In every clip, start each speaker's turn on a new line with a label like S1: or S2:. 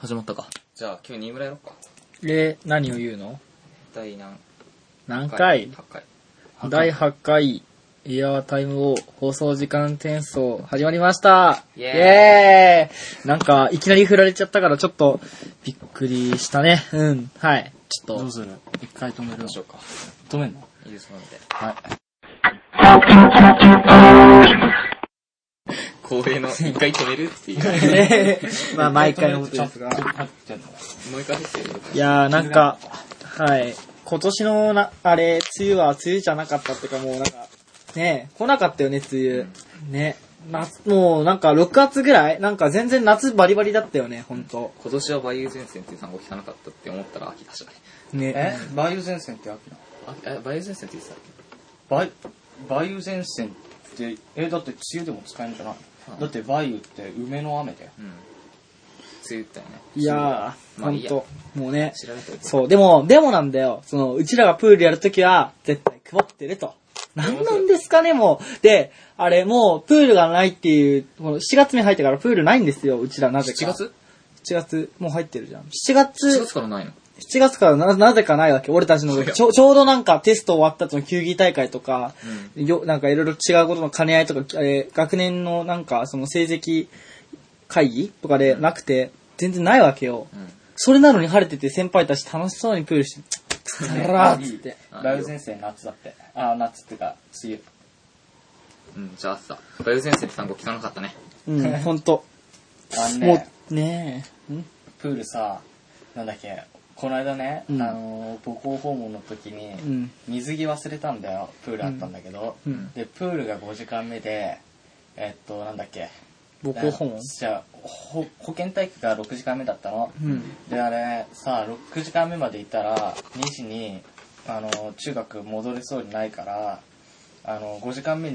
S1: 始まったか。じゃあ今日2村やろうか。
S2: 何を言うの？
S1: 第
S2: 何回？
S1: 8回。
S2: 第8回エアータイムを放送時間転送始まりました。
S1: イエ
S2: ーイ。なんかいきなり振られちゃったからちょっとびっくりしたね。うん。はい。ちょっと。
S3: どうする？一回止めるの？
S1: どうしようか。
S3: 止めんの？
S1: いいですので。
S3: はい。
S1: 恒例の一回止めるっていう。
S2: まあ毎回のことですが。
S1: もう一回入ってる。
S2: いやーなんか、はい。今年の梅雨は梅雨じゃなかったっていうかもうなんか、ね来なかったよね、梅雨。ね。もうなんか6月ぐらいなんか全然夏バリバリだったよね、ほんと。
S1: 今年は梅雨前線っていう単語聞かなかったって思ったら秋だし
S2: ね。
S3: 梅雨前線って秋なの？
S1: 梅雨前線って言ってたっ
S3: 梅雨前線って、だって梅雨でも使えるんじゃない？だって梅雨って梅の雨だよ。
S1: け？うん。梅雨だよね。
S2: いやー、ほんと。もうね。
S1: 調べておいて。
S2: そう、でもなんだよ。うちらがプールやるときは、絶対配ってると。なんなんですかね、もう。で、もう、プールがないっていう、7月に入ってからプールないんですよ、うちら、なぜか。
S1: 7月？
S2: 7月、もう入ってるじゃん。
S1: 7月からないの
S2: 7月からなぜかないわけ。俺たちのちょうどなんかテスト終わった後の球技大会とか、なんかいろいろ違うことの兼ね合いとか、学年のなんかその成績会議とかでなくて、全然ないわけよ。それなのに晴れてて先輩たち楽しそうにプールして、つらーっつって。
S3: 梅雨前線夏だって。夏ってか、梅雨。
S1: うん、じゃあさ、梅雨前線って単語聞かなかったね。
S2: うん、ほんと。もう、ねえ。
S3: プールさ、なんだっけ、この間ね、母校訪問の時に、水着忘れたんだよ。プールあったんだけど。で、プールが5時間目で、なんだっけ。
S2: 母校訪問？
S3: じゃあ、保健体育が6時間目だったの。で、さ、6時間目までいたら、2時に、中学戻れそうにないから、5時間目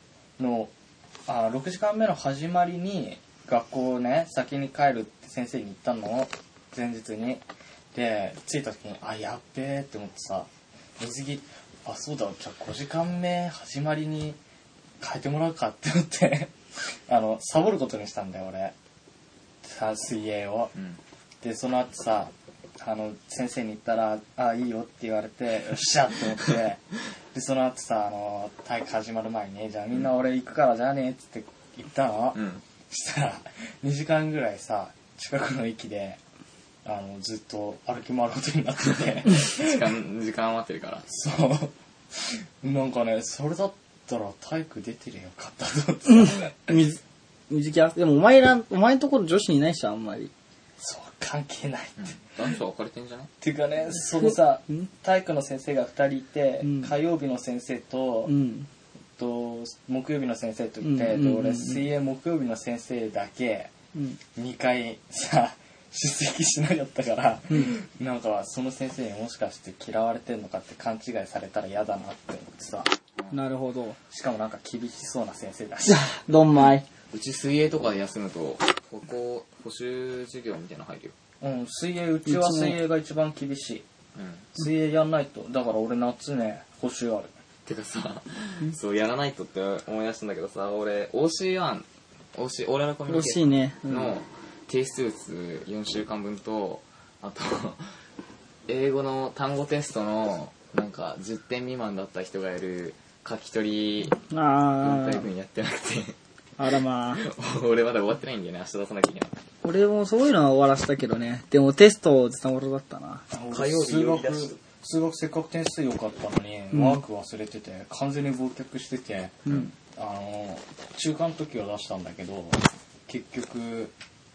S3: 6時間目の始まりに、学校をね、先に帰るって先生に言ったの。前日に。で、着いた時に、やっべーって思ってさ、水着、そうだ、じゃあ5時間目始まりに変えてもらうかって思って、サボることにしたんだよ、俺。水泳を。で、その後さ、先生に言ったら、いいよって言われて、よっしゃって思って、で、その後さ、体育始まる前に、じゃあみんな俺行くからじゃあねっつって言ったの。そしたら、2時間ぐらいさ、近くの駅で、ずっと歩き回ることになってて
S1: 時間余ってるから
S3: そうなんかね、それだったら体育出てりゃよかったと思って
S2: 水着でもお前のところ女子にいないしあんまり。
S3: そう関係ないって、
S1: 男女分かれてんじゃない？
S3: っていうかね、そのさ体育の先生が2人いて、火曜日の先生と、木曜日の先生といて、俺水泳木曜日の先生だけ2回さ出席しなかったから、なんかその先生にもしかして嫌われてんのかって勘違いされたら嫌だなって思ってさ。
S2: なるほど。
S3: しかもなんか厳しそうな先生だし。
S2: どんまい。
S1: うち水泳とかで休むと補習授業みたいなの入るよ。
S3: うちは水泳が一番厳しい。水泳やんないと。だから俺夏ね補習ある。
S1: てかさ、そうやらないとって思い出したんだけどさ、俺 OC1 オーラルコミュニケーションの提出物4週間分と、あと英語の単語テストのなんか10点未満だった人がやる書き取り文体分やってなくて
S2: あらまあ
S1: 俺まだ終わってないんだよね。明日出さなきゃいけない。
S2: 俺もそういうのは終わらせたけどね。でもテストズタボロだったな。
S1: 火曜日呼び出し
S3: 数学せっかく点数良かったのに、ワーク忘れてて完全に忘却してて、中間の時は出したんだけど結局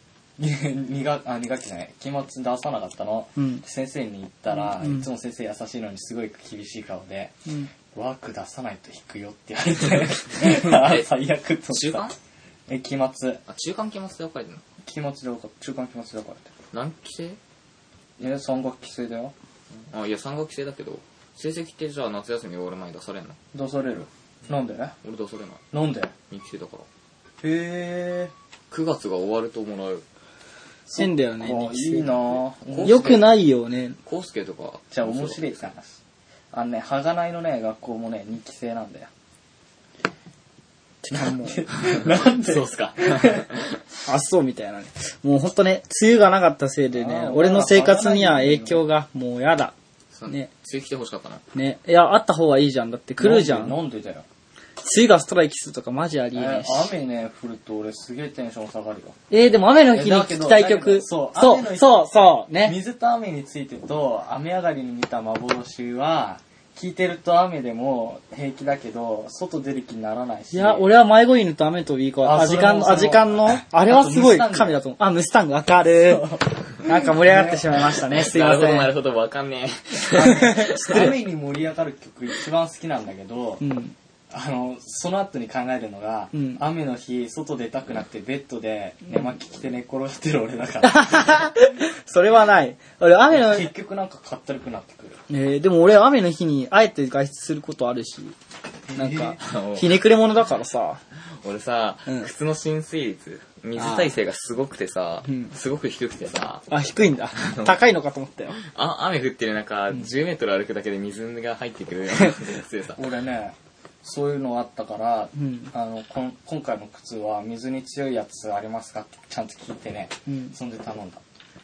S3: 2学期じゃない、期末出さなかったの、先生に言ったら、いつも先生優しいのにすごい厳しい顔で、ワーク出さないと引くよって言われて最悪と
S1: 中間？
S3: 期末。
S1: 中間期末で分かれてるの？
S3: 期末で分かれて、中間期末で分かれてる。
S1: 何期生
S3: ？3学期生だよ。
S1: いや3学期生だけど、成績ってじゃあ夏休み終わる前に出されんの？
S3: 出される。なんで？
S1: 俺出されない。
S3: なんで
S1: ？2期生だから。
S3: へー。
S1: 9月が終わるともらう。
S2: 変だよね。
S3: いいなぁ。
S2: よくないよね。
S1: コウスケとか。
S3: じゃあ面白い話。はがないのね、学校もね、2期生なんだよ。
S2: も
S3: う。なんで
S1: そうっすか。
S2: あ、そうみたいなね。もうほんとね、梅雨がなかったせいでね、俺の生活には影響がもうやだ。ね。
S1: 梅雨来てほしかったな。
S2: ね。いや、あった方がいいじゃん。だって来るじゃん。
S3: なんでだよ。
S2: 梅雨がストライキするとかマジありえねえし。
S3: 雨ね、降ると俺すげえテンション下がるよ。
S2: でも雨の日に聴きたい曲。そう、ね。
S3: 水と雨についてと、雨上がりに見た幻は、聞いてると雨でも平気だけど、外出る気にならないし。
S2: いや、俺は迷子犬と雨といいか。アジカンの、あれはすごい神だと思う。ムスタングわかる。なんか盛り上がってしまいましたね。すいません。
S1: なるほど、わかんね
S3: え。雨に盛り上がる曲一番好きなんだけど、その後に考えるのが、雨の日、外出たくなくてベッドで寝巻き着て寝転がってる俺だから。
S2: それはない。俺雨の、
S3: 結局なんかかったるくなってくる。
S2: でも俺は雨の日にあえて外出することあるし、なんか、ひねくれ者だからさ。
S1: 俺さ、靴の浸水率、水耐性がすごくてさ、すごく低くてさ。
S2: あ、低いんだ。高いのかと思ったよ。
S1: 雨降ってる中、10メートル歩くだけで水が入ってくるような強さ。
S3: 俺ね、そういうのあったから、今回の靴は水に強いやつありますかってちゃんと聞いてね、そんで頼んだ。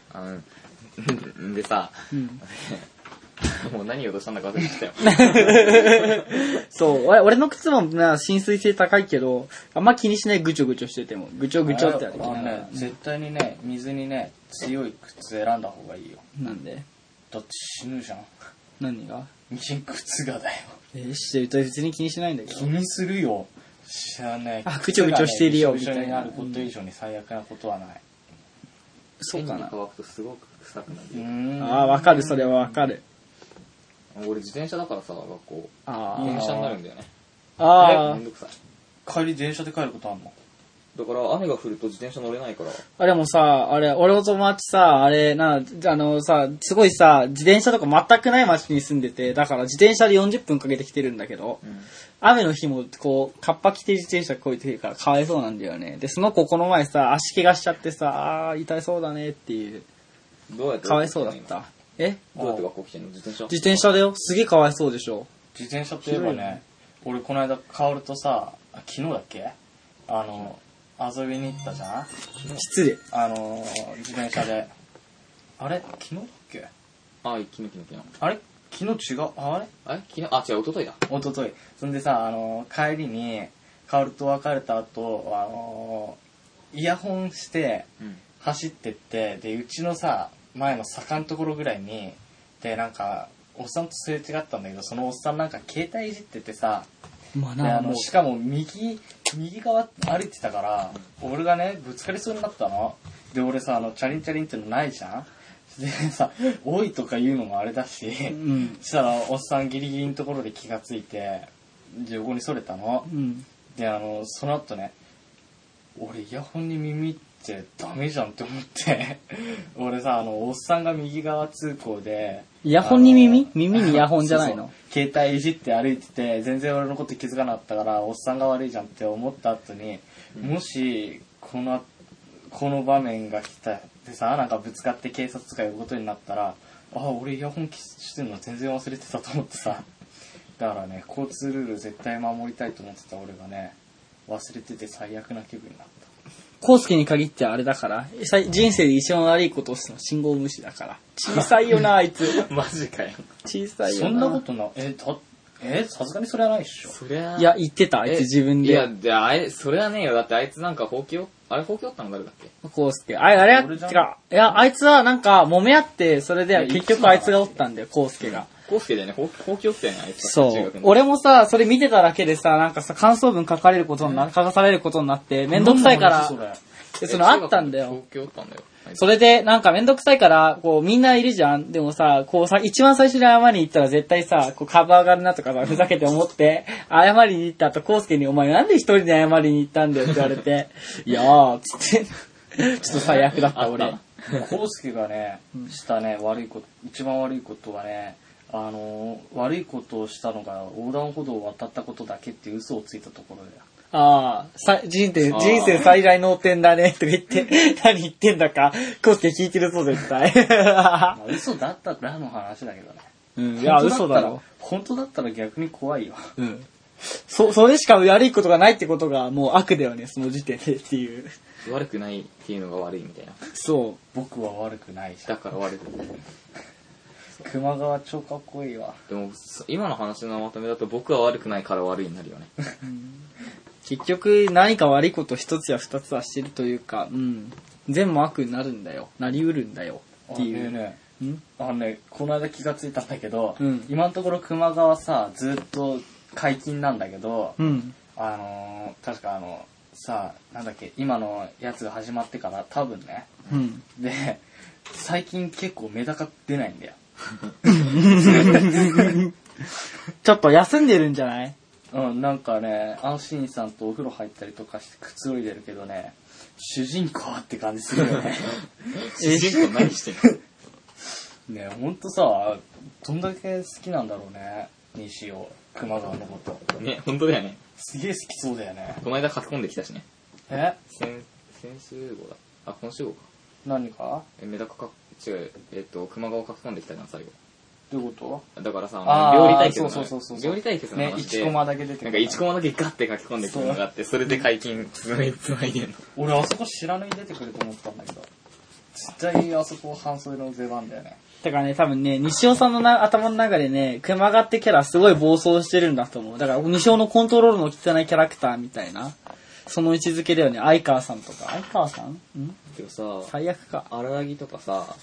S1: でさ、もう何言おうとしたんだか忘れてたよ。
S2: そう、俺の靴も浸水性高いけど、あんま気にしないぐちょぐちょしてても、ぐちょぐちょってある
S3: ね、絶対にね、水にね、強い靴選んだ方がいいよ。
S2: なんで？
S3: だって死ぬじゃん。
S2: 何が？
S3: 靴がだよ。
S2: してると別に気にしないんだけど。
S3: 気にするよ。知らない。
S2: ぐちょぐちょしているよ、
S3: みたいな。一緒になること以上に最悪なことはない。
S2: そうかな。
S1: 乾くとすごく臭くなる。
S2: わかる、それはわかる。
S1: 俺自転車だからさ、学校。電車になるんだよね。めんどくさい。
S3: 帰り電車で帰ることあんの？
S1: だから雨が降ると自転車乗れないから。
S2: あれもさ、俺の友達さ、すごいさ、自転車とか全くない街に住んでて、だから自転車で40分かけてきてるんだけど、雨の日もこう、カッパ着て自転車こいてるからかわいそうなんだよね。で、その子この前さ、足怪我しちゃってさ、痛いそうだねっていう。
S1: どうやって
S2: かわいそうだった。
S1: どうやって学校来てんの？自
S2: 転車だよ。すげえかわいそうでしょ。
S3: 自転車って言えばね、俺この間薫とさ、昨日だっけ？遊びに行ったじゃん？
S2: 失礼。
S3: 自転車で。あれ昨日だっけ？
S1: 昨日。
S3: あれ昨日違う。あれ
S1: 昨日、違う、一昨日だ。
S3: 一昨日。そんでさ、帰りに、薫と別れた後、イヤホンして走ってって、で、うちのさ、前の坂のところぐらいに、で、なんか、おっさんとすれ違ったんだけど、そのおっさんなんか携帯いじっててさ、でしかも右側歩いてたから、俺がね、ぶつかりそうになったの。で、俺さ、チャリンチャリンってのないじゃん？でさ、おいとか言うのもあれだし、そしたらおっさんギリギリのところで気がついて、横にそれたの。で、その後ね、俺イヤホンに耳ってダメじゃんって思って俺さ、おっさんが右側通行で、
S2: イヤホンに耳にイヤホンじゃないの？
S3: そう携帯いじって歩いてて、全然俺のこと気づかなかったから、おっさんが悪いじゃんって思った後に、もし、この場面が来たでさ、なんかぶつかって警察とかいうことになったら、俺イヤホンしてんの全然忘れてたと思ってさ、だからね、交通ルール絶対守りたいと思ってた俺がね、忘れてて最悪な気分になった。
S2: コウスケに限ってはあれだから、人生で一番悪いことをしたの信号無視だから。小さいよな、あいつ。
S1: マジかよ。
S2: 小さいよな。
S3: そんなことな、さすがにそれはないっしょ。
S2: いや、言ってた、あいつ自分で。
S1: いや、それはねえよ。だってあいつなんかほうき折ったの誰だっけ？
S2: コウスケ。あれあいつはなんか揉め合って、それで結局あいつが折ったんだよ、コウスケが。
S1: コウスケだよね、ほうき折ったよね、あいつ。
S2: そう。俺もさ、それ見てただけでさ、なんかさ、感想文書かされることになって、めんどくさいから、あったんだよ。
S1: ほうき折ったんだよ。
S2: それで、なんかめんどくさいから、こう、みんないるじゃん。でもさ、こうさ、一番最初に謝りに行ったら絶対さ、こう、株上がるなとかさ、ふざけて思って、謝りに行った後、コウスケに、お前なんで一人で謝りに行ったんだよって言われて、いやー、つって、ちょっと最悪だった、俺。
S3: コウスケがね、したね、一番悪いことはね、悪いことをしたのが横断歩道を渡ったことだけっていう嘘をついたところだよ。
S2: 人生最大の点だね、とか言って、何言ってんだか、コウスケ聞いてるぞ、絶対。
S3: 嘘だったらの話だけどね。
S2: いや、嘘だろ。
S3: 本当だったら逆に怖いよ。
S2: それしか悪いことがないってことがもう悪だよね、その時点でっていう。
S1: 悪くないっていうのが悪いみたいな。
S2: そう。
S3: 僕は悪くないじゃん。
S1: だから悪くない。
S3: 熊川超かっこいいわ。
S1: でも、今の話のまとめだと僕は悪くないから悪いになるよね。
S2: 結局何か悪いこと一つや二つはしてるというか、善も悪になるんだよ。なりうるんだよ。っていう。
S3: この間気がついたんだけど、今のところ熊川さ、ずっと解禁なんだけど、確かさ、なんだっけ、今のやつが始まってから多分ね。で、最近結構メダカ出ないんだよ。
S2: ちょっと休んでるんじゃない？
S3: なんかね、安心さんとお風呂入ったりとかしてくつろいでるけどね、主人公って感じするよね。
S1: 主人公何してん
S3: の？ね、ほんとさ、どんだけ好きなんだろうね、西尾、熊川のこと。
S1: ね、ほんとだよね。
S3: すげえ好きそうだよね。
S1: この間書き込んできたしね。
S3: 先
S1: 週号だ。あ、今週号か。
S3: 何か？
S1: メダカか、違う、熊川書き込んできたじゃん、最後。
S3: どういうこと？
S1: だからさ、料理対決の
S3: そう
S1: 料理対決の話で、
S3: ね、1コマだけ出てくる。
S1: なんか1コマだけガッて書き込んでくるのがあって、それで解禁つないでんの。
S3: 俺あそこ知らない出てくると思ったんだけど、絶対あそこ半袖の出番だよね。
S2: だからね、多分ね、西尾さんの頭の中でね、熊川ってキャラすごい暴走してるんだと思う。だから西尾のコントロールの汚いキャラクターみたいな、その位置づけだよね。相川さんとか。相川さん？
S1: でもさ、
S2: 最悪か。
S1: 荒木とかさ、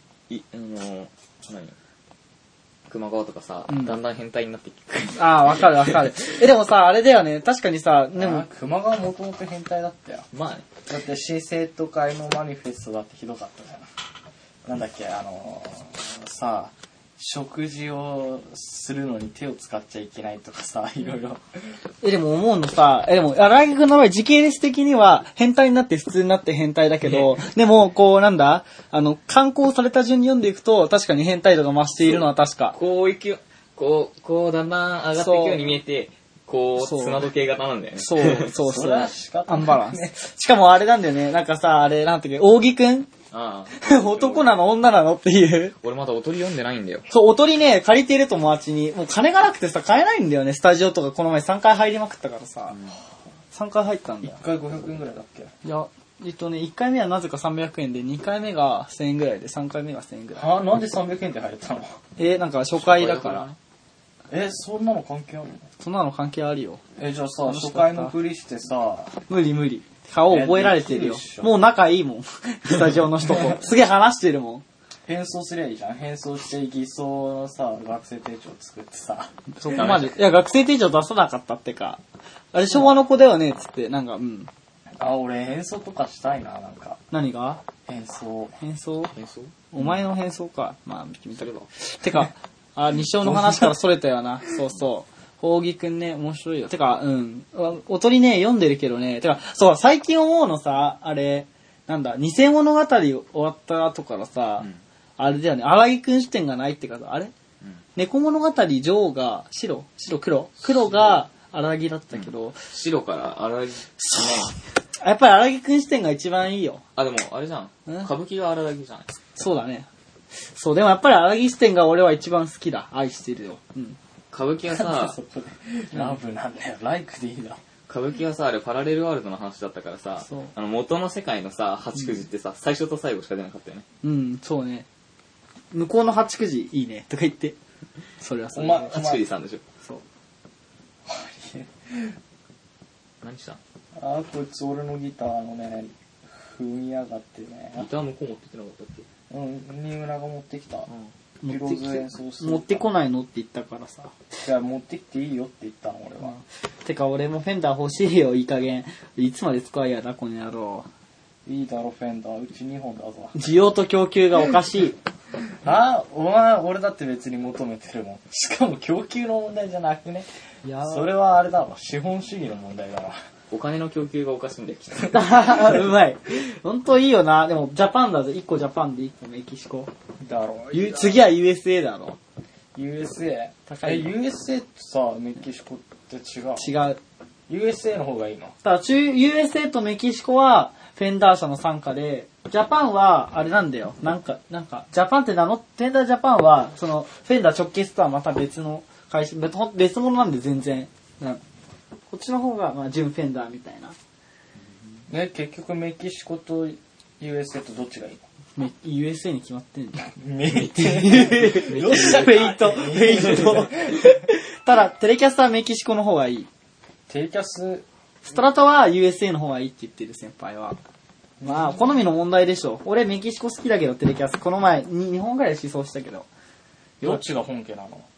S1: 熊川とかさ、だんだん変態になっていく。
S2: ああ、わかるわかる。でもさ、あれだよね、確かにさ、でも。
S3: 熊川もともと変態だったよ。
S1: まあね。
S3: だって新生徒会のマニフェストだってひどかったじゃん。なんだっけ、さ、食事をするのに手を使っちゃいけないとかさ、いろいろ。
S2: でも思うのさ、でも、荒木くんの場合時系列的には変態になって普通になって変態だけど、でも、こうなんだ、刊行された順に読んでいくと、確かに変態度が増しているのは確か。
S1: こうだんだん上がっていくように見えて、砂時計型なんだよね。
S2: そう。
S3: それは仕方ない。
S2: アンバランス。しかもあれなんだよね、なんかさ、あれ、なんていうか、扇くん男なの女なのっていう。
S1: 俺まだおとり読んでないんだよ。
S2: そう、おとりね、借りてる友達に。もう金がなくてさ、買えないんだよね。スタジオとかこの前3回入りまくったからさ。3回入ったんだよ。
S3: 1回500円ぐらいだっけ？
S2: いや、1回目はなぜか300円で、2回目が1000円ぐらいで、3回目が1000円ぐらい。
S3: なんで300円で入れたの？
S2: なんか初回だから。
S3: そんなの関係あるの？
S2: そんなの関係あるよ。
S3: じゃあさ、初回のふりしてさ。
S2: 無理。顔覚えられてるよ。もう仲いいもん。スタジオの人と。すげえ話してるもん。
S3: 変装すりゃいいじゃん。変装して偽装のさ、学生手帳作ってさ。
S2: そこまで。いや、学生手帳出さなかったってか。あれ昭和の子だよね、つって、なんか、
S3: 俺変装とかしたいな、なんか。
S2: 何が？
S3: 変装
S2: お前の変装か。まあ、見たけど。てか、西尾の話からそれたよな。そう。扇くんね、面白いよ。てか、おとりね、読んでるけどね。てか、そう、最近思うのさ、あれ、なんだ、偽物語終わった後からさ、あれだよね、荒木くん視点がないってかさ、あれ、猫物語女王が黒が荒木だったけど、
S1: 白から荒木。
S2: そう。やっぱり荒木くん視点が一番いいよ。
S1: でも、あれじゃん。歌舞伎は荒木じゃない。
S2: そうだね。そう、でもやっぱり荒木視点が俺は一番好きだ。愛してるよ。
S1: 歌舞伎はさ、
S3: ラブなんだよ。ライクでいいだ。
S1: 歌舞伎はさ、あれパラレルワールドの話だったからさ、元の世界のさ、八九時ってさ、最初と最後しか出なかったよね。
S2: そうね。向こうの八九時いいね。とか言って。それはそれ。
S1: 八九時さんでしょ。
S2: そう。
S1: 何したん？
S3: こいつ俺のギターのね、踏みやがってね。
S1: ギター向こう持ってきてなかったっけ？
S3: 新村が持ってきた。
S2: 持ってこないのって言ったからさ。
S3: いや、持ってきていいよって言ったの、俺は。
S2: てか、俺もフェンダー欲しいよ、いい加減。いつまで使うやだ、この野郎。
S3: いいだろ、フェンダー。うち2本だぞ。
S2: 需要と供給がおかしい。
S3: お前、俺だって別に求めてるもん。しかも供給の問題じゃなくね。いや、それはあれだろ、資本主義の問題だろ。
S1: お金の供給がおかしいんだよ、きっと。
S2: うまい。ほんといいよな。でも、ジャパンだぜ。1個ジャパンで1個メキシコ。
S3: だろ。
S2: 次は USA だろ。
S3: USA？ 高い。USA とさ、メキシコって違う？USA の方がいいの？
S2: ただ、USA とメキシコは、フェンダー社の傘下で、ジャパンは、あれなんだよ。なんか、ジャパンってフェンダージャパンは、フェンダー直結とはまた別の会社、別物なんで全然。 こっちの方が、まあ、純フェンダーみたいな。
S3: ね、結局メキシコと USA とどっちがいいの
S2: USA に決まってんじゃん。
S3: メイト。
S2: よっしゃ、フェイト。ただ、テレキャスはメキシコの方がいい。
S3: テレキャス、
S2: ストラトは USA の方がいいって言ってる先輩は。まあ、好みの問題でしょ。俺メキシコ好きだけど、テレキャス。この前、2本ぐらい思想したけど。
S3: どっちが本家なの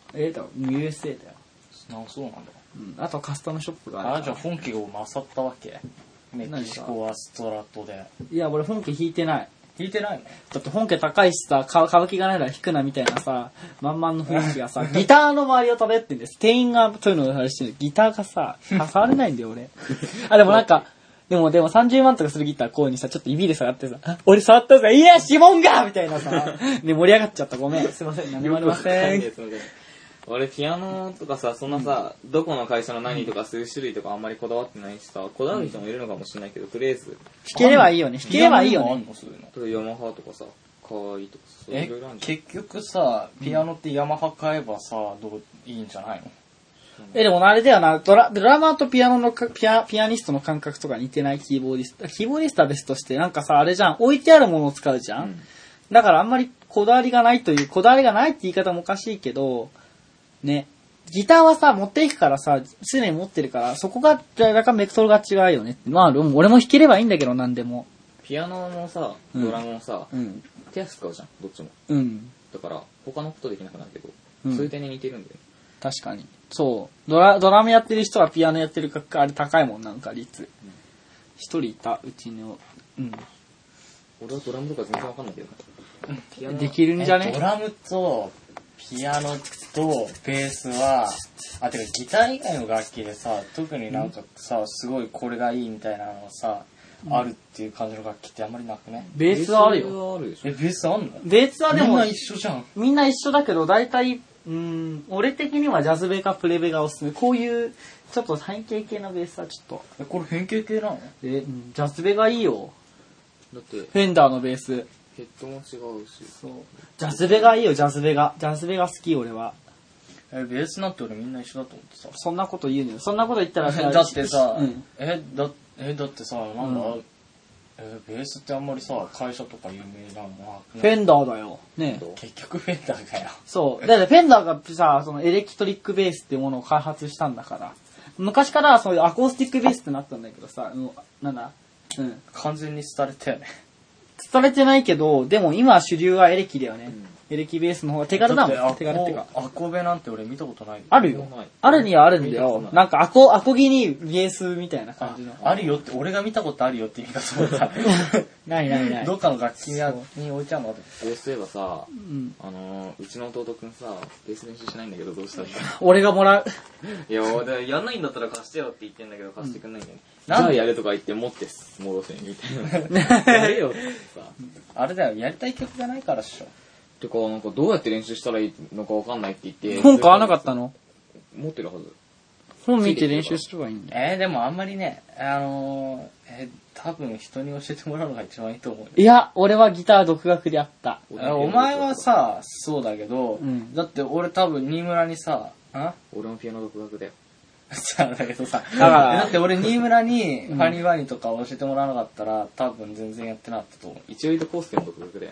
S2: USA だよ。
S3: そうなんだ。
S2: あとカスタムショップがあるから。
S3: じゃあ本家が勝ったわけメキシコはストラトで。
S2: いや、俺本家引いてない。
S3: 引いてないの？
S2: だって本家高いしさ、買う気がないなら引くなみたいなさ、満々の雰囲気がさ、ギターの周りを漂ってんです。店員がそういうのをされしてる。ギターがさ、触れないんだよ俺。でもなんか、でも30万とかするギターこういうにさ、ちょっと指で触ってさ、俺触ったさ、いや、指紋がみたいなさ、で盛り上がっちゃった。ごめん。すいません。何もありません。
S1: 俺ピアノとかさ、そんなさ、どこの会社の何とかそういう種類とかあんまりこだわってないしさ、こだわる人もいるのかもしれないけど、とりあえず。
S2: 弾ければいいよね。弾ければいいよね。
S1: ヤマハとかさ、かわいいとかさ、いろいろあるじゃん。
S3: 結局さ、ピアノってヤマハ買えばさ、いいんじゃないの？
S2: でもあれだよな、ドラマーとピアノのピアニストの感覚とか似てないキーボーディスト。キーボーディストは別として、なんかさ、あれじゃん、置いてあるものを使うじゃん。だからあんまりこだわりがないって言い方もおかしいけど、ね。ギターはさ、持っていくからさ、常に持ってるから、そこが、若干ベクトルが違うよね。まあ、俺も弾ければいいんだけど、なんでも。
S1: ピアノもさ、ドラムもさ、手足使うじゃん、どっちも。だから、他のことできなくなるけど、そういう点に似てるんだよね。
S2: 確かに。そう。ドラムやってる人はピアノやってるあれ高いもん、なんか率。一人いた、うちの。
S1: 俺はドラムとか全然わかんないけど。
S2: できるんじゃね？
S3: ドラムと、ピアノとベースは、てかギター以外の楽器でさ、特になんかさ、すごいこれがいいみたいなのがさ、あるっていう感じの楽器ってあんまりなくね？
S2: ベースはあるよ。
S1: ベ
S3: ースあんの？
S2: ベースはでも、
S3: みんな一緒じゃん。
S2: みんな一緒だけど、大体、俺的にはジャズベかプレベがおすすめ。こういう、ちょっと変形系のベースはちょっと。
S3: これ変形系なの？
S2: ジャズベがいいよ。
S1: だって、フ
S2: ェンダーのベース。
S1: ヘッドも違うし。
S2: そう。ジャズベがいいよ、ジャズベが。ジャズベが好き、俺は。
S3: ベースなんて俺みんな一緒だと思ってさ。
S2: そんなこと言うのよ。そんなこと言ったら
S3: だってさ、だってさ、なんだ、ベースってあんまりさ、会社とか有名なのは。
S2: フェンダーだよ。ね。
S3: 結局フェンダーかよ。
S2: そう。だってフェンダーがさ、そのエレクトリックベースっていうものを開発したんだから。昔からそういうアコースティックベースってなったんだけどさ、なんだ？
S3: 完全に廃れたよね。
S2: 廃れてないけど、でも今主流はエレキだよね。エレキベースの方が手軽だもん。手軽ってか。
S3: アコベなんて俺見たことない。
S2: あるよ。あるにはあるんだよ。なんかアコギにベースみたいな感じの。
S3: あるよって、俺が見たことあるよって意味だと思った。
S2: ない。
S3: どっかの楽器に置いちゃうの？
S1: ベースといえばさ、うちの弟くんさ、ベース練習しないんだけどどうしたらいいか。
S2: 俺がもらう。
S1: いや、やんないんだったら貸してよって言ってんだけど貸してくんないんだよね。じゃあやるとか言って持って戻せみたいな。やれよってさ。
S3: あれだよ、やりたい曲がないからっしょ。
S1: てか、なんかどうやって練習したらいいのかわかんないって言って。
S2: 本買わなかったの？
S1: 持ってるはず。
S2: 本見て練習すればいいんだよ。
S3: でもあんまりね、多分人に教えてもらうのが一番いいと思うよ。
S2: いや、俺はギター独学であった。
S3: お前はさ、そうだけど、だって俺多分新村にさ、
S1: 俺もピアノ独学だよ。
S3: だけどさ、だって俺新村にファニーバニーとか教えてもらわなかったら多分全然やってなかったと思う。
S1: 一応言うとコースケの独学だよね。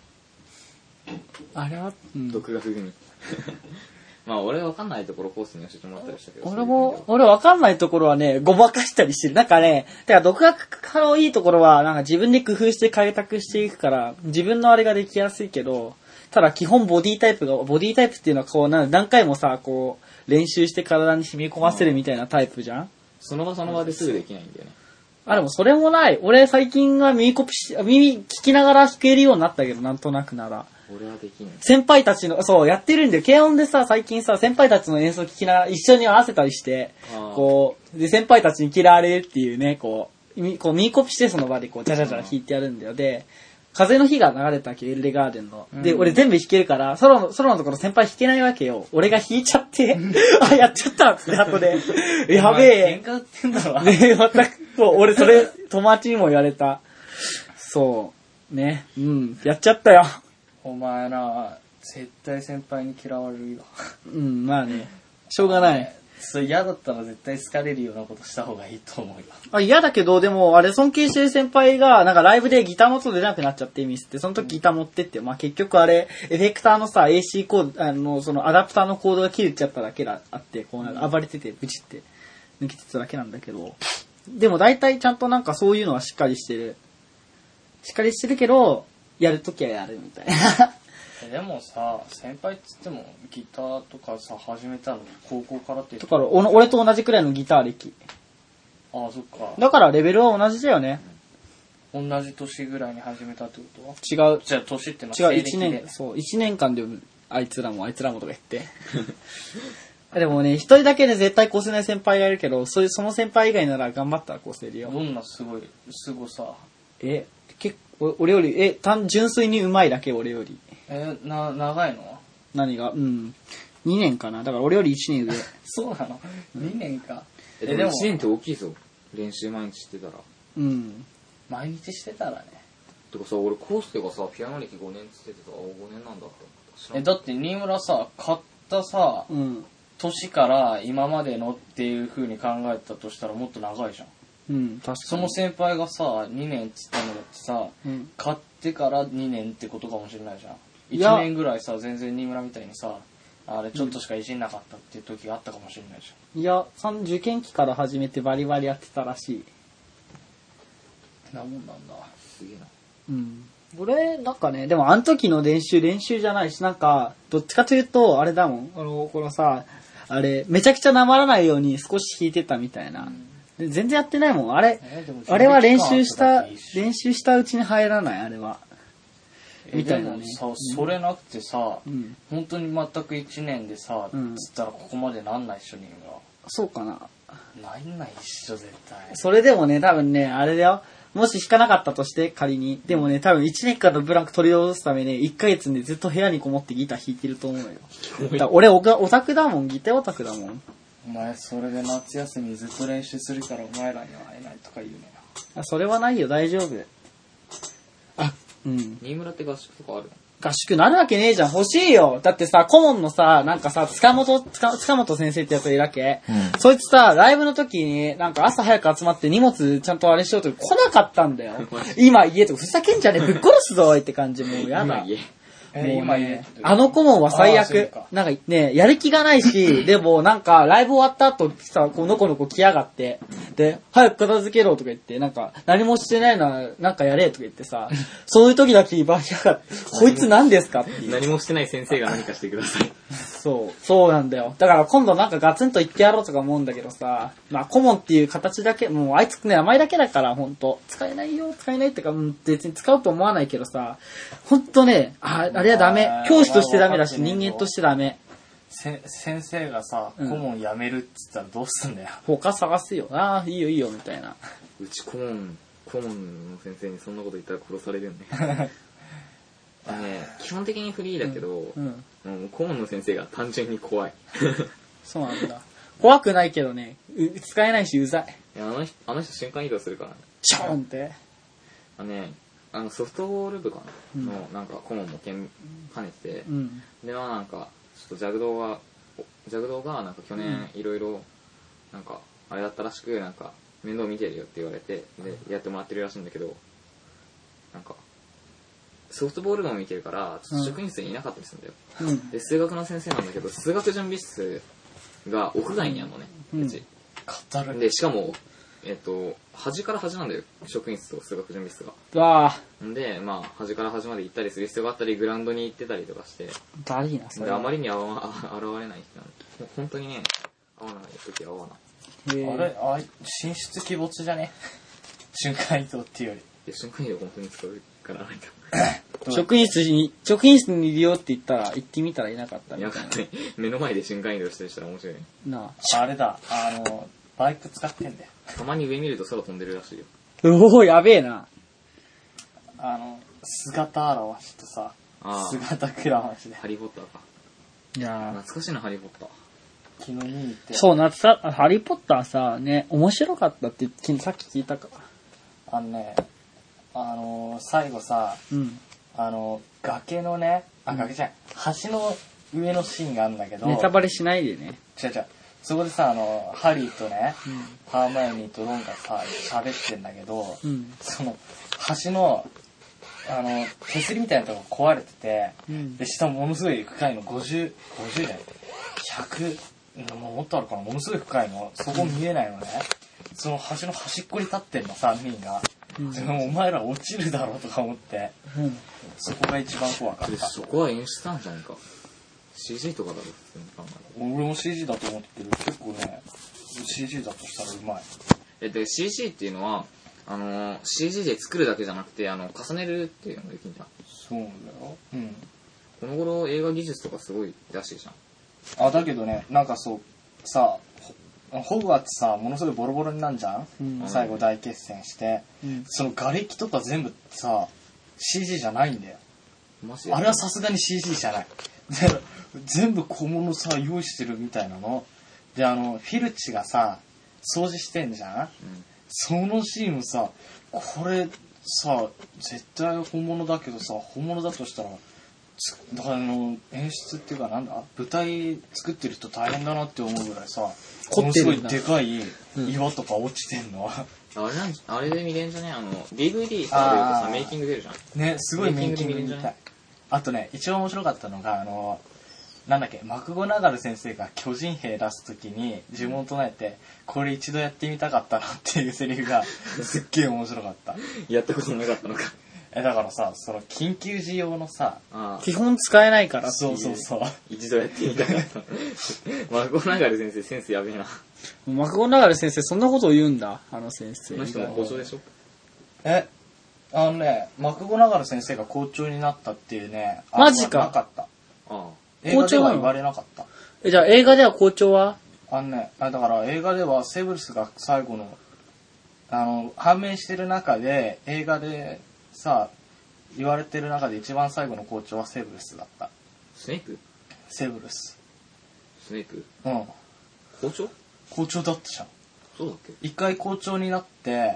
S2: あれは、
S1: 独学組。まあ俺わかんないところコースに教えてもらったりしたけど。
S2: 俺わかんないところはね、ごまかしたりしてる。なんかね、だから独学家のいいところは、なんか自分で工夫して開拓していくから、自分のあれができやすいけど、ただ基本ボディタイプっていうのはこう、何回もさ、こう、練習して体に染み込ませるみたいなタイプじゃん？
S1: その場ですぐできないんだよね。
S2: でもそれもない。俺最近は耳聞きながら弾けるようになったけど、なんとなくなら。
S1: 俺はできない。
S2: 先輩たちの、そう、やってるんだよ。軽音でさ、最近さ、先輩たちの演奏聞きながら一緒に合わせたりして、こう、で、先輩たちに嫌われるっていうね、こう耳コピしてその場でこう、ジャジャジャ弾いてやるんだよ。で、風の日が流れたわけ、エルレガーデンの。で、俺全部弾けるから、ソロのところ先輩弾けないわけよ。俺が弾いちゃって、やっちゃったっつって後で、やべえ。
S3: 喧嘩売ってんだろ。
S2: ね、また、俺それ、友達にも言われた。そう。ね。やっちゃったよ。
S3: お前な、絶対先輩に嫌われるよ。
S2: まあね。しょうがない。
S3: それ嫌だったら絶対好かれるようなことした方がいいと思うよ。
S2: あ、嫌だけど、でも、あれ尊敬してる先輩が、なんかライブでギターの音出なくなっちゃってミスって、その時ギター持ってって、まあ結局あれ、エフェクターのさ、AC コード、そのアダプターのコードが切れちゃっただけあって、こうなんか暴れてて、ブチって抜けてただけなんだけど、でも大体ちゃんとなんかそういうのはしっかりしてる。しっかりしてるけど、やるときはやるみたいな。
S3: でもさ、先輩っつってもギターとかさ、始めたの高校からって言
S2: だから、俺と同じくらいのギター歴。
S3: ああ、そっか。
S2: だからレベルは同じだよね。
S3: 同じ年ぐらいに始めたってことは
S2: 違う。
S3: じゃあ年っての
S2: は違う、1年、そう、1年間であいつらもとか言って。でもね、一人だけで絶対越せない先輩がいるけど、その先輩以外なら頑張ったら越せるよ。
S3: どんなすごさ。
S2: 結構、俺より、純粋に上手いだけ、俺より。
S3: 長いの？
S2: 何が？うん。2年かな。だから俺より1年上。
S3: そうなの？ 2 年か。
S1: でも1年って大きいぞ。練習毎日してたら。
S2: うん。
S3: 毎日してたらね。
S1: てかさ、俺、コースケがさ、ピアノ歴5年って言ってた。5年なんだって。
S3: だって新村さ、買ったさ、
S2: うん。
S3: 年から今までのっていう風に考えたとしたらもっと長いじゃん。
S2: うん、確かに。
S3: その先輩がさ、2年っつったのだってさ、
S2: うん、
S3: 買ってから2年ってことかもしれないじゃん。1年ぐらいさ、全然新村みたいにさ、あれちょっとしかいじんなかったっていう時があったかもしれないじ
S2: ゃん。いや、受験期から始めてバリバリやってたらしい。
S3: なもんなんだ。
S1: すげえな。
S2: うん。俺、なんかね、でもあの時の練習じゃないし、なんか、どっちかというと、あれだもん。このさ、あれ、めちゃくちゃなまらないように少し弾いてたみたいな。で全然やってないもん。あれは練習したうちに入らない、あれは。みたいなね。
S3: でもさ、それなくてさ、本当に全く1年でさ、つったらここまでなんないっしょ、新村。
S2: そうかな。
S3: なんないっしょ、絶対。
S2: それでもね、多分ね、あれだよ。もし弾かなかったとして、仮に。でもね、多分1年間のブランク取り戻すために、1ヶ月でずっと部屋にこもってギター弾いてると思うよ。俺、オタクだもん、ギターオタクだもん。
S3: お前、それで夏休みずっと練習するからお前らには会えないとか言うのよ。
S2: それはないよ、大丈夫。うん。
S1: 新村って合宿とかあるの？
S2: 合宿なるわけねえじゃん。欲しいよ。だってさ、顧問のさ、なんかさ、塚本先生ってやついるわけ、そいつさ、ライブの時に、なんか朝早く集まって荷物ちゃんとあれしようと来なかったんだよ。今家とかふざけんじゃねえ、ぶっ殺すぞって感じ。もうやだ。
S3: 今家
S2: あの顧問は最悪。なんかね、やる気がないし、でもなんかライブ終わった後さ、こうのこのこ来やがって、で、早く片付けろとか言って、なんか何もしてないのはなんかやれとか言ってさ、そういう時だけ威張りやがって、こいつ何ですかっていう。
S1: 何もしてない先生が何かしてください。
S2: そうなんだよ。だから今度なんかガツンと言ってやろうとか思うんだけどさ、まあ顧問っていう形だけ、もうあいつね、甘いだけだからほんと。使えないってか、別に使うと思わないけどさ、ほんとね、あれはダメ。教師としてダメだし、人間としてダメ。
S3: 先生がさ、顧問辞めるって言ったらどうすんだよ。
S2: 他探すよ。ああ、いいよ、みたいな。
S1: うち顧問の先生にそんなこと言ったら殺されるよね。基本的にフリーだけど、顧問の先生が単純に怖い。
S2: そうなんだ。怖くないけどね、使えないしうざい。
S1: あの人瞬間移動するからね。
S2: ショーンって。
S1: ソフトボール部かな、のなんか顧問も兼ねてて、でなんかちょっとJAG道がなんか去年いろいろなんかあれだったらしく、なんか面倒見てるよって言われて、でやってもらってるらしいんだけど、なんかソフトボール部も見てるから職員室にいなかったりするんだよ、で数学の先生なんだけど、数学準備室が屋外にあるのね、うちで、しかも端から端なんだよ、職員室と数学準備室が。で、まあ端から端まで行ったりする必要があったり、グラウンドに行ってたりとかして、
S2: だりな、それ
S1: であまりに現れない人なんで、本当にね、会わない時は会わない。
S3: あれ進出鬼没じゃね？瞬間移動っていうより。
S1: 瞬間移動本当に使うからない
S2: と。職員室にいるよって言ったら、行ってみたらいなかったみたいな。
S1: 目の前で瞬間移動してる人は面白いね。
S3: あれだ、バイク使ってんだよ。
S1: たまに上見ると空飛んでるらしいよ。
S2: おお、やべえな。
S3: 姿現しとさ、姿くらましで。
S1: ハリーポッターか。
S2: いや
S1: 懐かしいな、ハリーポッター。
S3: 昨日見に行って。
S2: そう、ハリーポッターさ、ね、面白かったってさっき聞いたから。
S3: 最後さ、崖のね、崖じゃん、橋の上のシーンがあるんだけど。
S2: ネタバレしないでね。
S3: 違う。 そこでさ、ハリーとね、ハーマイオニーとロンがさ、喋ってんだけど、その、橋の、手すりみたいなとこ壊れてて、で、下ものすごい深いの、50じゃない、100、もっとあるかな、ものすごい深いの、そこ見えないのね。その橋の端っこに立ってんの、3人が。お前ら落ちるだろうとか思って、そこが一番怖かった。
S1: そこは演出なんじゃないか。CG とかだろ、普通に考えて。
S3: 俺も CG だと思ってる。結構ね、CG だとしたらうまい。
S1: で、CG っていうのは、CG で作るだけじゃなくて、重ねるっていうのができるんじゃん。
S3: そうなんだよ。うん。
S1: この頃映画技術とかすごいらしいじゃん。
S3: だけどね、なんかそう、さ、ホグワーツさ、ものすごいボロボロになんじゃん、最後大決戦して、その瓦礫とか全部さ、CG じゃないんだよ。あれはさすがに CG じゃない。で、全部小物さ、用意してるみたいなの。で、フィルチがさ、掃除してんじゃん、そのシーンもさ、これさ、絶対本物だけどさ、本物だとしたら、演出っていうかなんだ、舞台作ってる人大変だなって思うぐらいさ、ものすごいでかい岩とか落ちてんの。
S1: あれで見れんじゃね、DVD さ、出るとさ、メイキング出るじゃん。
S3: ね、すごいメイキング見たい。あとね、一番面白かったのが、なんだっけ、マクゴナガル先生が巨人兵出すときに呪文唱えて、これ一度やってみたかったなっていうセリフがすっげえ面白かった。
S1: やったことなかったのか。
S3: だからさ、その緊急時用のさ、
S2: 基本使えないからっていう。
S3: そう。
S1: 一度やってみたかった。マクゴナガル先生センスやべえな。
S2: マクゴナガル先生そんなことを言うんだ、先生。
S1: この人も校長でしょ？
S3: マクゴナガル先生が校長になったっていうね、
S2: マジか。
S3: なかった。
S2: 校長は
S3: 言われなかった。
S2: じゃあ映画では校長は？
S3: だから映画ではセブルスが最後の、判明してる中で、映画でさ、言われてる中で一番最後の校長はセブルスだった。
S1: スネープ？
S3: セブルス。
S1: スネープ？
S3: うん。
S1: 校長？
S3: 校長だったじゃん。
S1: そうだっけ？
S3: 一回校長になって、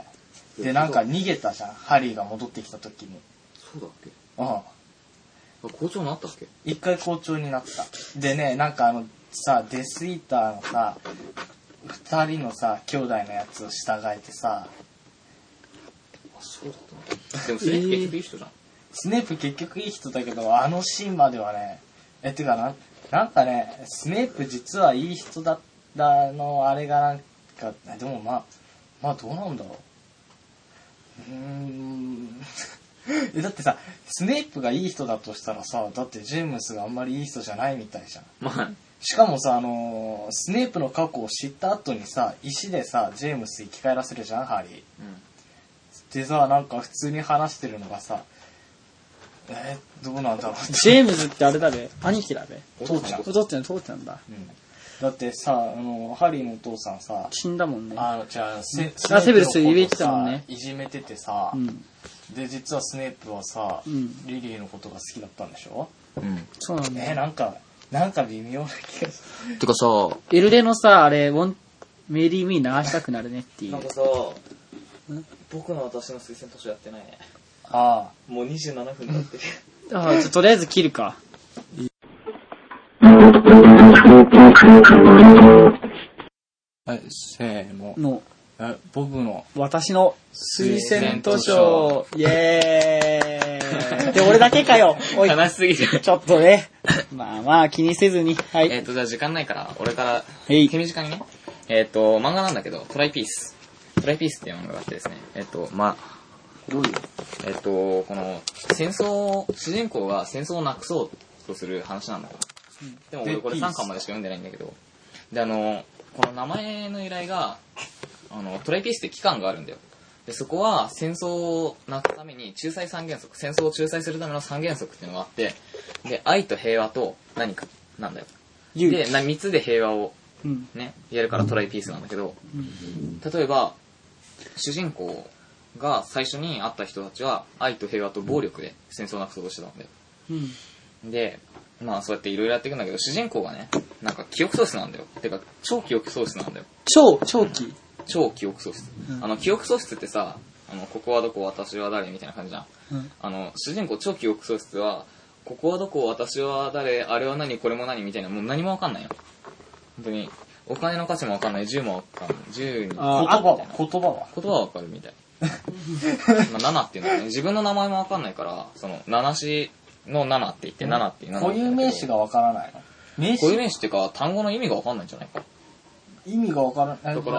S3: で、なんか逃げたじゃん。ハリーが戻ってきた時に。
S1: そうだっけ？
S3: うん。
S1: 校長になったっけ？
S3: 一回校長になった。でね、なんかさ、デスイーターのさ、二人のさ、兄弟のやつを従えてさ。
S1: そうだったの？でもスネープ結局いい人じゃん。
S3: スネープ結局いい人だけど、あのシーンまではね、てかなんかね、スネープ実はいい人だったの、あれがなんか、でもまあどうなんだろう。だってさ、スネープがいい人だとしたらさ、だってジェームスがあんまりいい人じゃないみたいじゃん。しかもさ、スネープの過去を知った後にさ、石でさ、ジェームス生き返らせるじゃん、ハリー。でさ、なんか普通に話してるのがさ、どうなんだろう。
S2: ジェームズってあれだべ、兄貴だべ。
S3: 父ちゃん。
S2: 父ちゃんだ。
S3: だってさ、ハリーのお父さんさ、
S2: 死んだもんね。
S3: じゃあ、
S2: セブルス言えてたもんね。
S3: いじめててさ、で、実はスネープはさ、リリーのことが好きだったんでしょ？
S2: そうなんだ。
S3: なんか微妙な気がす
S1: る。てかさ、
S2: エルレのさ、あれ、メリーミー流したくなるねっていう。
S1: なんかさ、僕の私の推薦図書やってないね。もう27分経ってる。
S2: とりあえず切るか。
S3: はい、せーの。僕の。
S2: 私の推薦図書。イエーイ。で、俺だけかよ。
S1: おい。悲しすぎる。
S2: ちょっとね。まあ気にせずに。はい。
S1: じゃあ時間ないから、俺から、手短にね。漫画なんだけど、トライピース。トライピースっていう漫画があってですね。
S3: どういう
S1: この、主人公が戦争をなくそうとする話なんだから。でも俺これ3巻までしか読んでないんだけど。で、この名前の由来が、トライピースって機関があるんだよ。で、そこは戦争をなくために仲裁3原則、戦争を仲裁するための3原則っていうのがあって、で、愛と平和と何かなんだよ。で、3つで平和をね、やるからトライピースなんだけど、例えば、主人公が最初に会った人たちは愛と平和と暴力で戦争をなくそうとしてたんだよ。で、そうやっていろいろやっていくんだけど、主人公がね、なんか記憶喪失なんだよ。てか、超記憶喪失なんだよ。
S2: 超
S1: 記憶喪失。記憶喪失ってさ、ここはどこ、私は誰みたいな感じじゃん。主人公超記憶喪失は、ここはどこ、私は誰、あれは何、これも何みたいな、もう何もわかんないよ。本当に。 お金の価値もわかんない、10もわかんない、10に。言
S3: 葉は
S1: わかるみたい。まあ、7っていうのはね、自分の名前もわかんないから、その、7詞の7って言って、7っていう7。
S3: 固有名詞がわからないの？
S1: 固有名詞っていうか、単語の意味がわかんないんじゃないか。
S3: 意味がわからない。
S1: だから、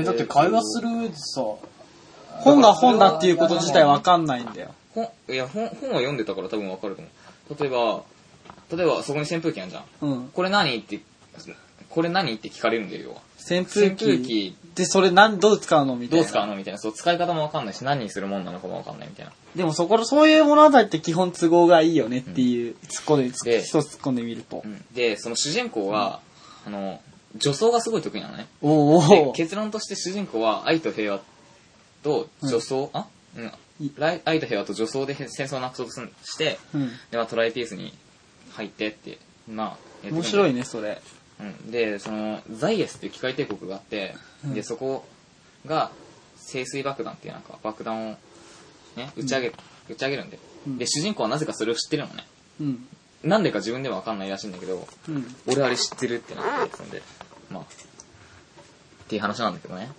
S3: だって会話する上でさ、
S2: 本が本だっていうこと自体わかんないんだよ。
S1: 本は読んでたから多分わかると思う。例えばそこに扇風機あるじゃん。
S2: うん。
S1: これ何って聞かれるんだよ。
S2: 扇風機で、それどう使うのみたいな。
S1: どう使うのみたいな。そう、使い方もわかんないし、何にするもんなのかもわかんないみたいな。
S2: でもそういう物語って基本都合がいいよねっていう、一つ突っ込んでみると。
S1: で、その主人公は、女装がすごい得意なのね。で結論として主人公は愛と平和と女装、愛と平和と女装で戦争をなくそうとして、でトライピースに入ってって、まあ、
S2: 面白いね、それ。
S1: で、その、ザイエスっていう機械帝国があって、で、そこが、清水爆弾っていうなんか爆弾をね、打ち上げるんで。で、主人公はなぜかそれを知ってるのね。なんでか自分ではわかんないらしいんだけど、俺あれ知ってるってなって、そんで、まあ、っていう話なんだけどね。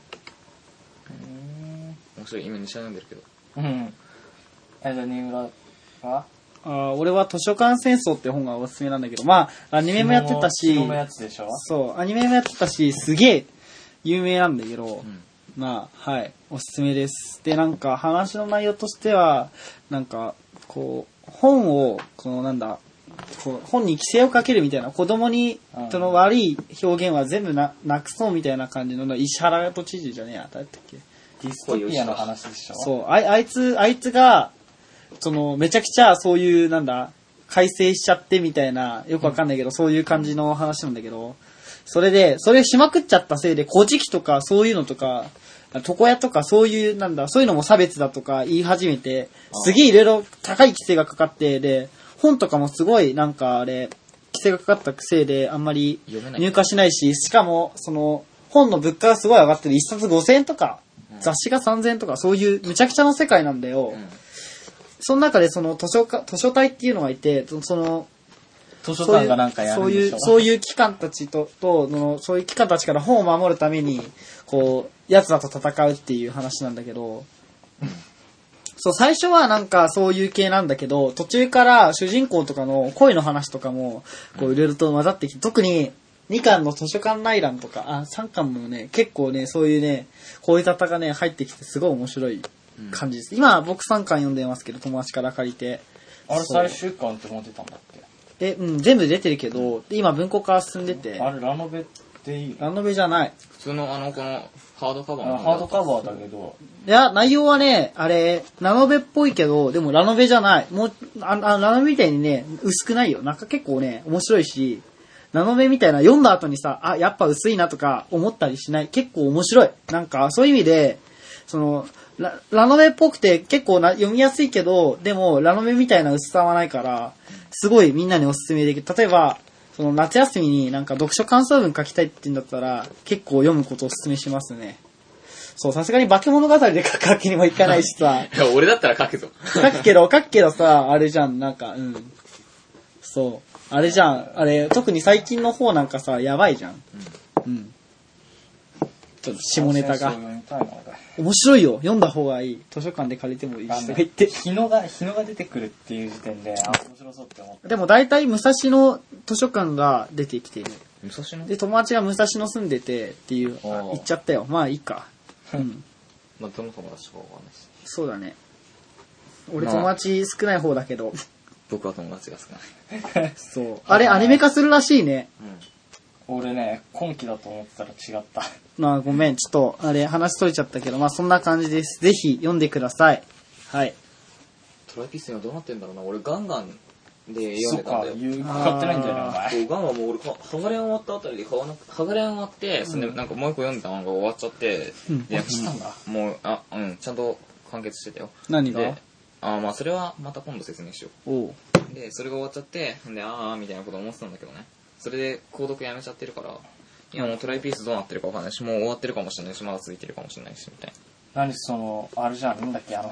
S1: 面白い、今西は読んでるけど。
S3: じゃあ、新村は
S2: 俺は図書館戦争って本がおすすめなんだけど、まあ、アニメもやってたし、そう、アニメもやってたし、すげえ有名なんだけど、まあ、はい、おすすめです。で、なんか話の内容としては、なんか、こう、本を、本に規制をかけるみたいな、子供に、その悪い表現は全部なくそうみたいな感じの、石原都知事じゃねえや、誰だっけ？
S3: ディストピアの話でしょ？
S2: そう、あいつが、めちゃくちゃそういう、改正しちゃってみたいな、よくわかんないけど、そういう感じの話なんだけど、それしまくっちゃったせいで、古事記とかそういうのとか、床屋とかそういう、そういうのも差別だとか言い始めて、すげえいろいろ高い規制がかかって、で、本とかもすごい、規制がかかったせいで、あんまり入荷しないし、しかも、本の物価がすごい上がってる、一冊5000円とか、雑誌が3000円とか、そういうむちゃくちゃな世界なんだよ。その中で図書隊っていうのがいて、図書
S3: 館がなんかやるんでしょ？
S2: そういう機関たちそういう機関たちから本を守るために、こう、奴らと戦うっていう話なんだけど、そう、最初はそういう系なんだけど、途中から主人公とかの恋の話とかも、こう、いろいろと混ざってきて、特に2巻の図書館内覧とか、3巻もね、結構ね、そういうね、恋沙汰がね、入ってきてすごい面白い感じです。今僕3巻読んでますけど、友達から借りて。
S3: あれ最終巻っても出たんだっけ？
S2: 全部出てるけど、今文庫化進んでて。
S3: あれラノベっていい？
S2: ラノベじゃない。
S1: 普通のこのハードカバー
S3: ハードカバーだけど。
S2: いや、内容はね、あれ、ラノベっぽいけど、でもラノベじゃない。もう、ラノベみたいにね、薄くないよ。結構ね、面白いし、ラノベみたいな読んだ後にさ、やっぱ薄いなとか思ったりしない。結構面白い。そういう意味で、ラノベっぽくて結構読みやすいけど、でもラノベみたいな薄さはないから、すごいみんなにおすすめできる。例えば、夏休みに読書感想文書きたいって言うんだったら、結構読むことをおすすめしますね。そう、さすがに化け物語で書くわけにもいかないしさ。
S1: いや、俺だったら書くぞ。
S2: 書くけどさ、あれじゃん、そう。あれじゃん、特に最近の方さ、やばいじゃん。ちょっと下ネタが。面白いよ。読んだ方がいい。図書館で借りてもいいしとか言って。
S3: 日野が出てくるっていう時点で、面白そうって思って。
S2: でも大体武蔵野図書館が出てきている。
S1: 武蔵野？
S2: で、友達が武蔵野住んでてっていう、言っちゃったよ。まあいいか。
S1: まあ、どの友達かわかんないです。
S2: そうだね。俺友達少ない方だけど。
S1: 僕は友達が少ない。
S2: そう。あれ、アニメ化するらしいね。
S3: 俺ね、今期だと思ってたら違った。
S2: まあごめん、ちょっと、話取れちゃったけど、まあそんな感じです。ぜひ読んでください。はい。
S1: トライピースはどうなってんだろうな。俺ガンガンで読んでたんだよ。
S3: かかってないんだよね、お前。
S1: そう、ガンはもう俺、ハガレン終わったあたりでハガレン終わって、それでもう一個読んでたのが終わっちゃって、
S3: したんだ。
S1: もう、ちゃんと完結してたよ。
S2: 何が？
S1: まあそれはまた今度説明しよう。
S2: おう。
S1: で、それが終わっちゃって、で、みたいなこと思ってたんだけどね。それで購読やめちゃってるから、今もうトライピースどうなってるかわかんないし、もう終わってるかもしれないし、まだ続いてるかもしれないし、みたい
S3: な。あれじゃん、なんだっけ、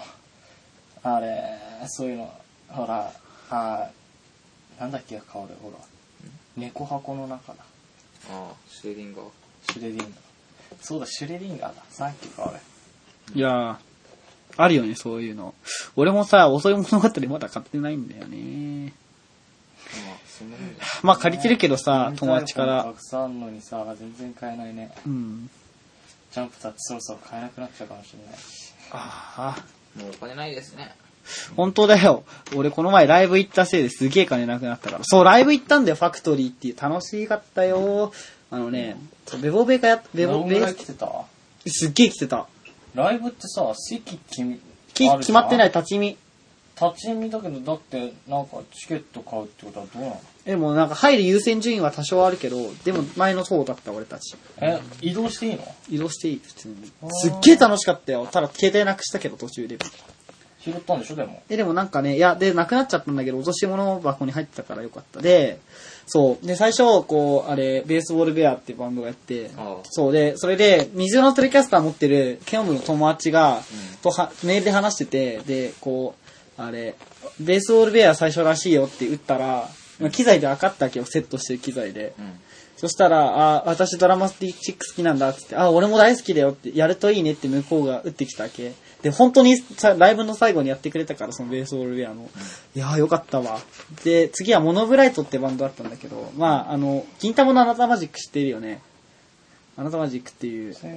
S3: そういうの、ほら、なんだっけ、ほら、猫箱の中だ。
S1: ああ、シュレディンガー。
S3: シュレディンガー。そうだ、シュレディンガーだ。さっきか、あれ。
S2: いやー、あるよね、そういうの。俺もさ、遅い物語まだ買ってないんだよね。
S1: まあ、そんなもんじゃ
S2: まあ借りてるけどさ、友達か
S3: た
S2: ら。
S3: くさんあるのにさ、全然買えないね。
S2: うん。
S3: ジャンプだってそろそろ買えなくなっちゃうかもしれないし。
S2: ああ。
S1: もうお金ないですね。
S2: 本当だよ。俺この前ライブ行ったせいですげえ金なくなったから。そう、ライブ行ったんだよ、ファクトリーっていう。楽しかったよ。ベボベが
S3: 何ぐらい来てた？
S2: すっげえ来てた。
S3: ライブってさ、席
S2: 決まってない、立ち見。
S3: 立ち見だけど、だってなんかチケット買うってことはどうなの？
S2: でもなんか入る優先順位は多少あるけど、でも前の方だった俺たち。
S3: 移動していいの？
S2: 移動していい普通に。すっげえ楽しかったよ。ただ携帯なくしたけど途中で。
S3: 拾ったんでしょでも。
S2: でもなんかね、いや、で、なくなっちゃったんだけど、落とし物箱に入ってたからよかった。で、そう。で、最初、こう、ベースボールベアっていうバンドがやって、そうで、それで、水色のテレキャスター持ってる、ケオムの友達が、メールで話してて、で、こう、ベースボールベア最初らしいよって打ったら、機材で分かったわけよ、セットしてる機材で。そしたら、私ドラマスティック好きなんだって言って、俺も大好きだよって、やるといいねって向こうが打ってきたわけ。で、本当にライブの最後にやってくれたから、そのベースボールウェアの。いやーよかったわ。で、次はモノブライトってバンドだったんだけど、まあ、銀玉のあなたマジック知ってるよね。あなたマジックっていう。そう、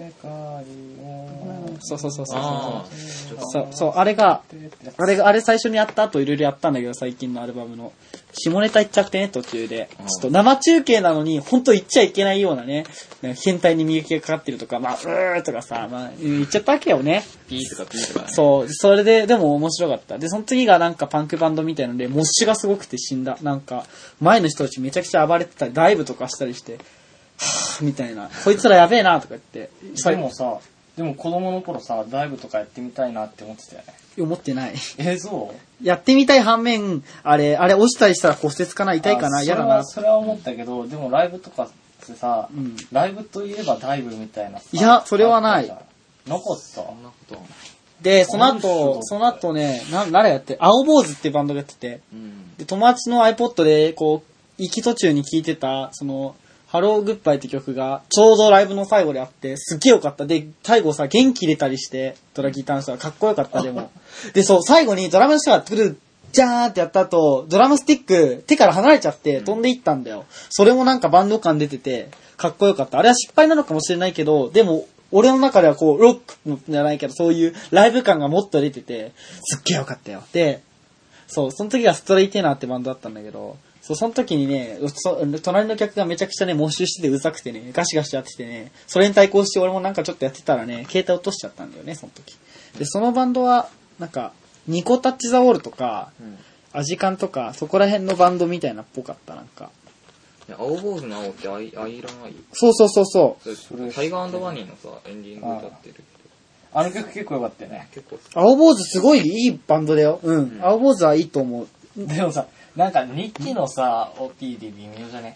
S2: あれ最初にやった後いろいろやったんだけど、最近のアルバムの。下ネタ言っちゃってね、途中で。ちょっと生中継なのに、ほんと言っちゃいけないようなね、変態に磨きがかかってるとか、まあ、とかさ、まあ、言っちゃったわけよね。
S1: ピーとかピーとかね。
S2: そう、それで、でも面白かった。で、その次がなんかパンクバンドみたいので、モッシュがすごくて死んだ。なんか、前の人たちめちゃくちゃ暴れてたり、ライブとかしたりして、みたいな。こいつらやべえな、とか言って。
S3: でも子供の頃さ、ダイブとかやってみたいなって思ってたよね。
S2: 思ってない。
S3: そう
S2: やってみたい反面、あれ落ちたりしたら骨折かな、痛いかな、嫌だな。
S3: それは思ったけど、でもライブとかってさ、ライブといえばダイブみたいなさ。
S2: いや、それはない。
S3: なかった。
S1: そんなことはない。
S2: で、その後ね、誰やって、青坊主ってバンドがやってて、で、友達の iPod で、こう、行き途中に聴いてた、ハローグッバイって曲がちょうどライブの最後であって、すっげえよかった。で、最後さ、元気入れたりして、ドラギターの人がかっこよかった、でも。で、そう、最後にドラムの人がトゥルジャーンってやった後、ドラムスティック手から離れちゃって飛んでいったんだよ。それもなんかバンド感出てて、かっこよかった。あれは失敗なのかもしれないけど、でも、俺の中ではこう、ロックじゃないけど、そういうライブ感がもっと出てて、すっげえよかったよ。で、そう、その時はストレイテナーってバンドだったんだけど、そう、その時にね、隣の客がめちゃくちゃね、モッシュしててうざくてね、ガシガシやっててね、それに対抗して俺もなんかちょっとやってたらね、携帯落としちゃったんだよね、その時。で、そのバンドは、なんか、ニコタッチザウォールとか、アジカンとか、そこら辺のバンドみたいなっぽかった、なんか。
S1: 青坊主の青ってアイランアイ？
S2: そう。
S1: タイガー&バニーのさ、エンディング歌ってる。
S3: あの曲結構良かったよね。
S2: 青坊主すごいいいバンドだよ。青坊主はいいと思う。
S3: でもさ、なんか2期のさ、OP で微妙じゃね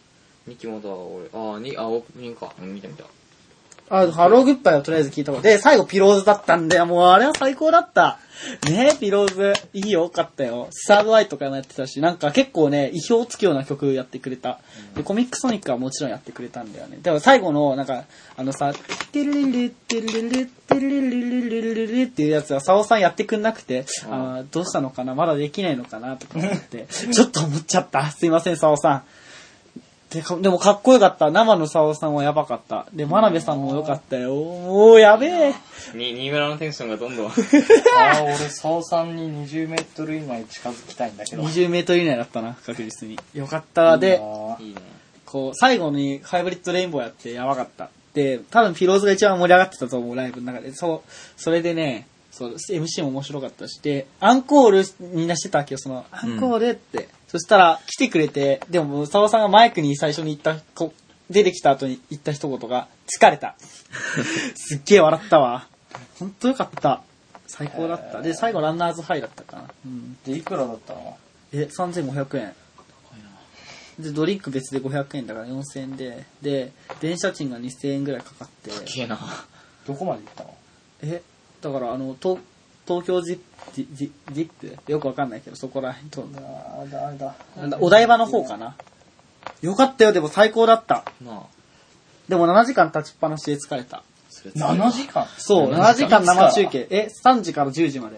S1: ？2期もだ、俺。オープニングか。見た。
S2: ハローグッバイをとりあえず聞いたことで、最後ピローズだったんだよ。もうあれは最高だった。ねえ、ピローズ。いいよ、よかったよ。スタードアイとかもやってたし、なんか結構ね、意表をつくような曲やってくれた。で、コミックソニックはもちろんやってくれたんだよね。でも最後の、なんか、テルルルテルルルテルルルルルルルっていうやつは、サオさんやってくんなくて、どうしたのかなまだできないのかなとか思って、ちょっと思っちゃった。すいません、サオさん。でもかっこよかった。生のサオさんはやばかった。で、真鍋さんもよかったよ。もうやべえ。
S1: 新村のテンションがどんどん。
S3: 俺、サオさんに20メートル以内近づきたいんだけど。
S2: 20メートル以内だったな、確実に。よかった。で、
S1: いいね。
S2: こう、最後にハイブリッドレインボーやってやばかった。で、多分ピローズが一番盛り上がってたと思う、ライブの中で。それでね、MC も面白かったし、で、アンコールみんなしてたわけよ、アンコールって。そしたら来てくれて、でも沢さんがマイクに最初に言った、出てきた後に言った一言が、疲れた。すっげえ笑ったわ。ほんとよかった。最高だった。で、最後ランナーズハイだったかな。
S3: で、いくらだったの
S2: ？3500円。で、ドリンク別で500円だから4000円で、で、電車賃が2000円ぐらいかかって。
S1: 高えな。
S3: どこまで行ったの？
S2: だから東京ジップよくわかんないけど、そこら辺と。
S3: あれだ。
S2: お台場の方かな。 よかったよ、でも最高だった。
S1: なあ。
S2: でも7時間立ちっぱなしで疲れた。
S3: 7時間
S2: そう、7時間生中継。3時から10時まで。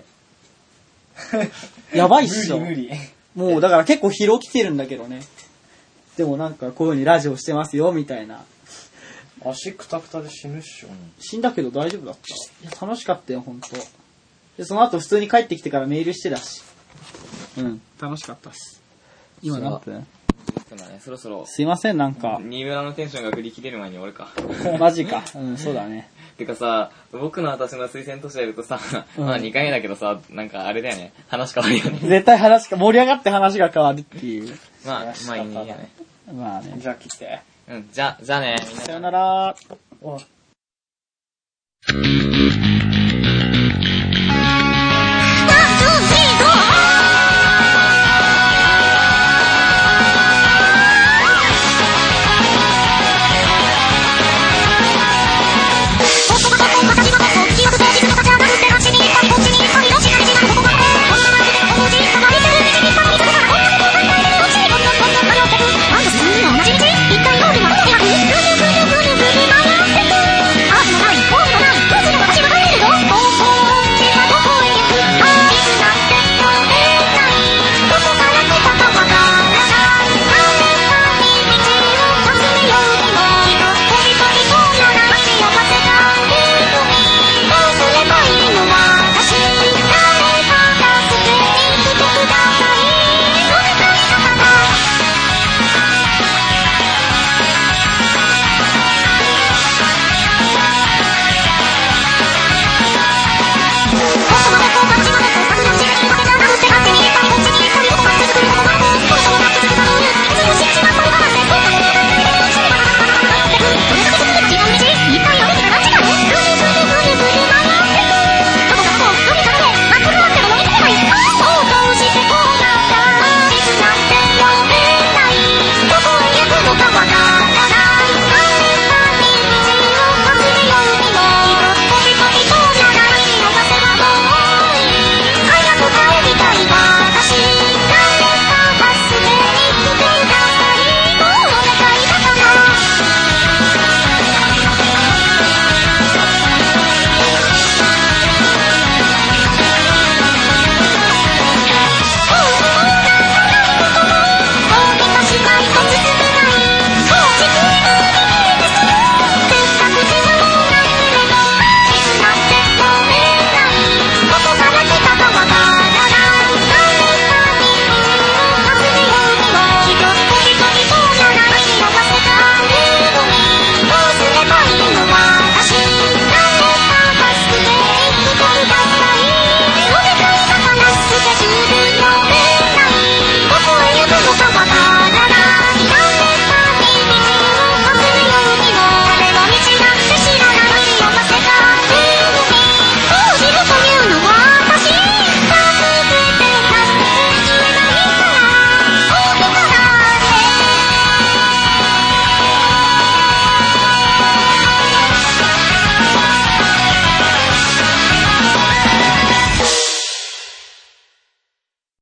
S2: やばいっしょ。
S3: 無理。
S2: もうだから結構疲労来てるんだけどね。でもなんかこういう風にラジオしてますよ、みたいな。
S3: 足くたくたで死ぬっしょ。
S2: 死んだけど大丈夫だった。いや、楽しかったよ、ほんと。で、その後普通に帰ってきてからメールしてたし。うん、楽しかったっす。今何分
S1: そろそろ。
S2: すいません、なんか。
S1: 新村のテンションが振り切れる前に俺か。
S2: マジか。うん、そうだね。
S1: てかさ、僕の私の推薦都市やるとさ、まあ2回目だけどさ、なんかあれだよね。話変わるよね。
S2: 絶対盛り上がって話が変わるっていう。
S1: まあいいやね。
S2: まあね。
S3: じゃあ切って。
S1: うん、じゃあね。
S2: さよなら。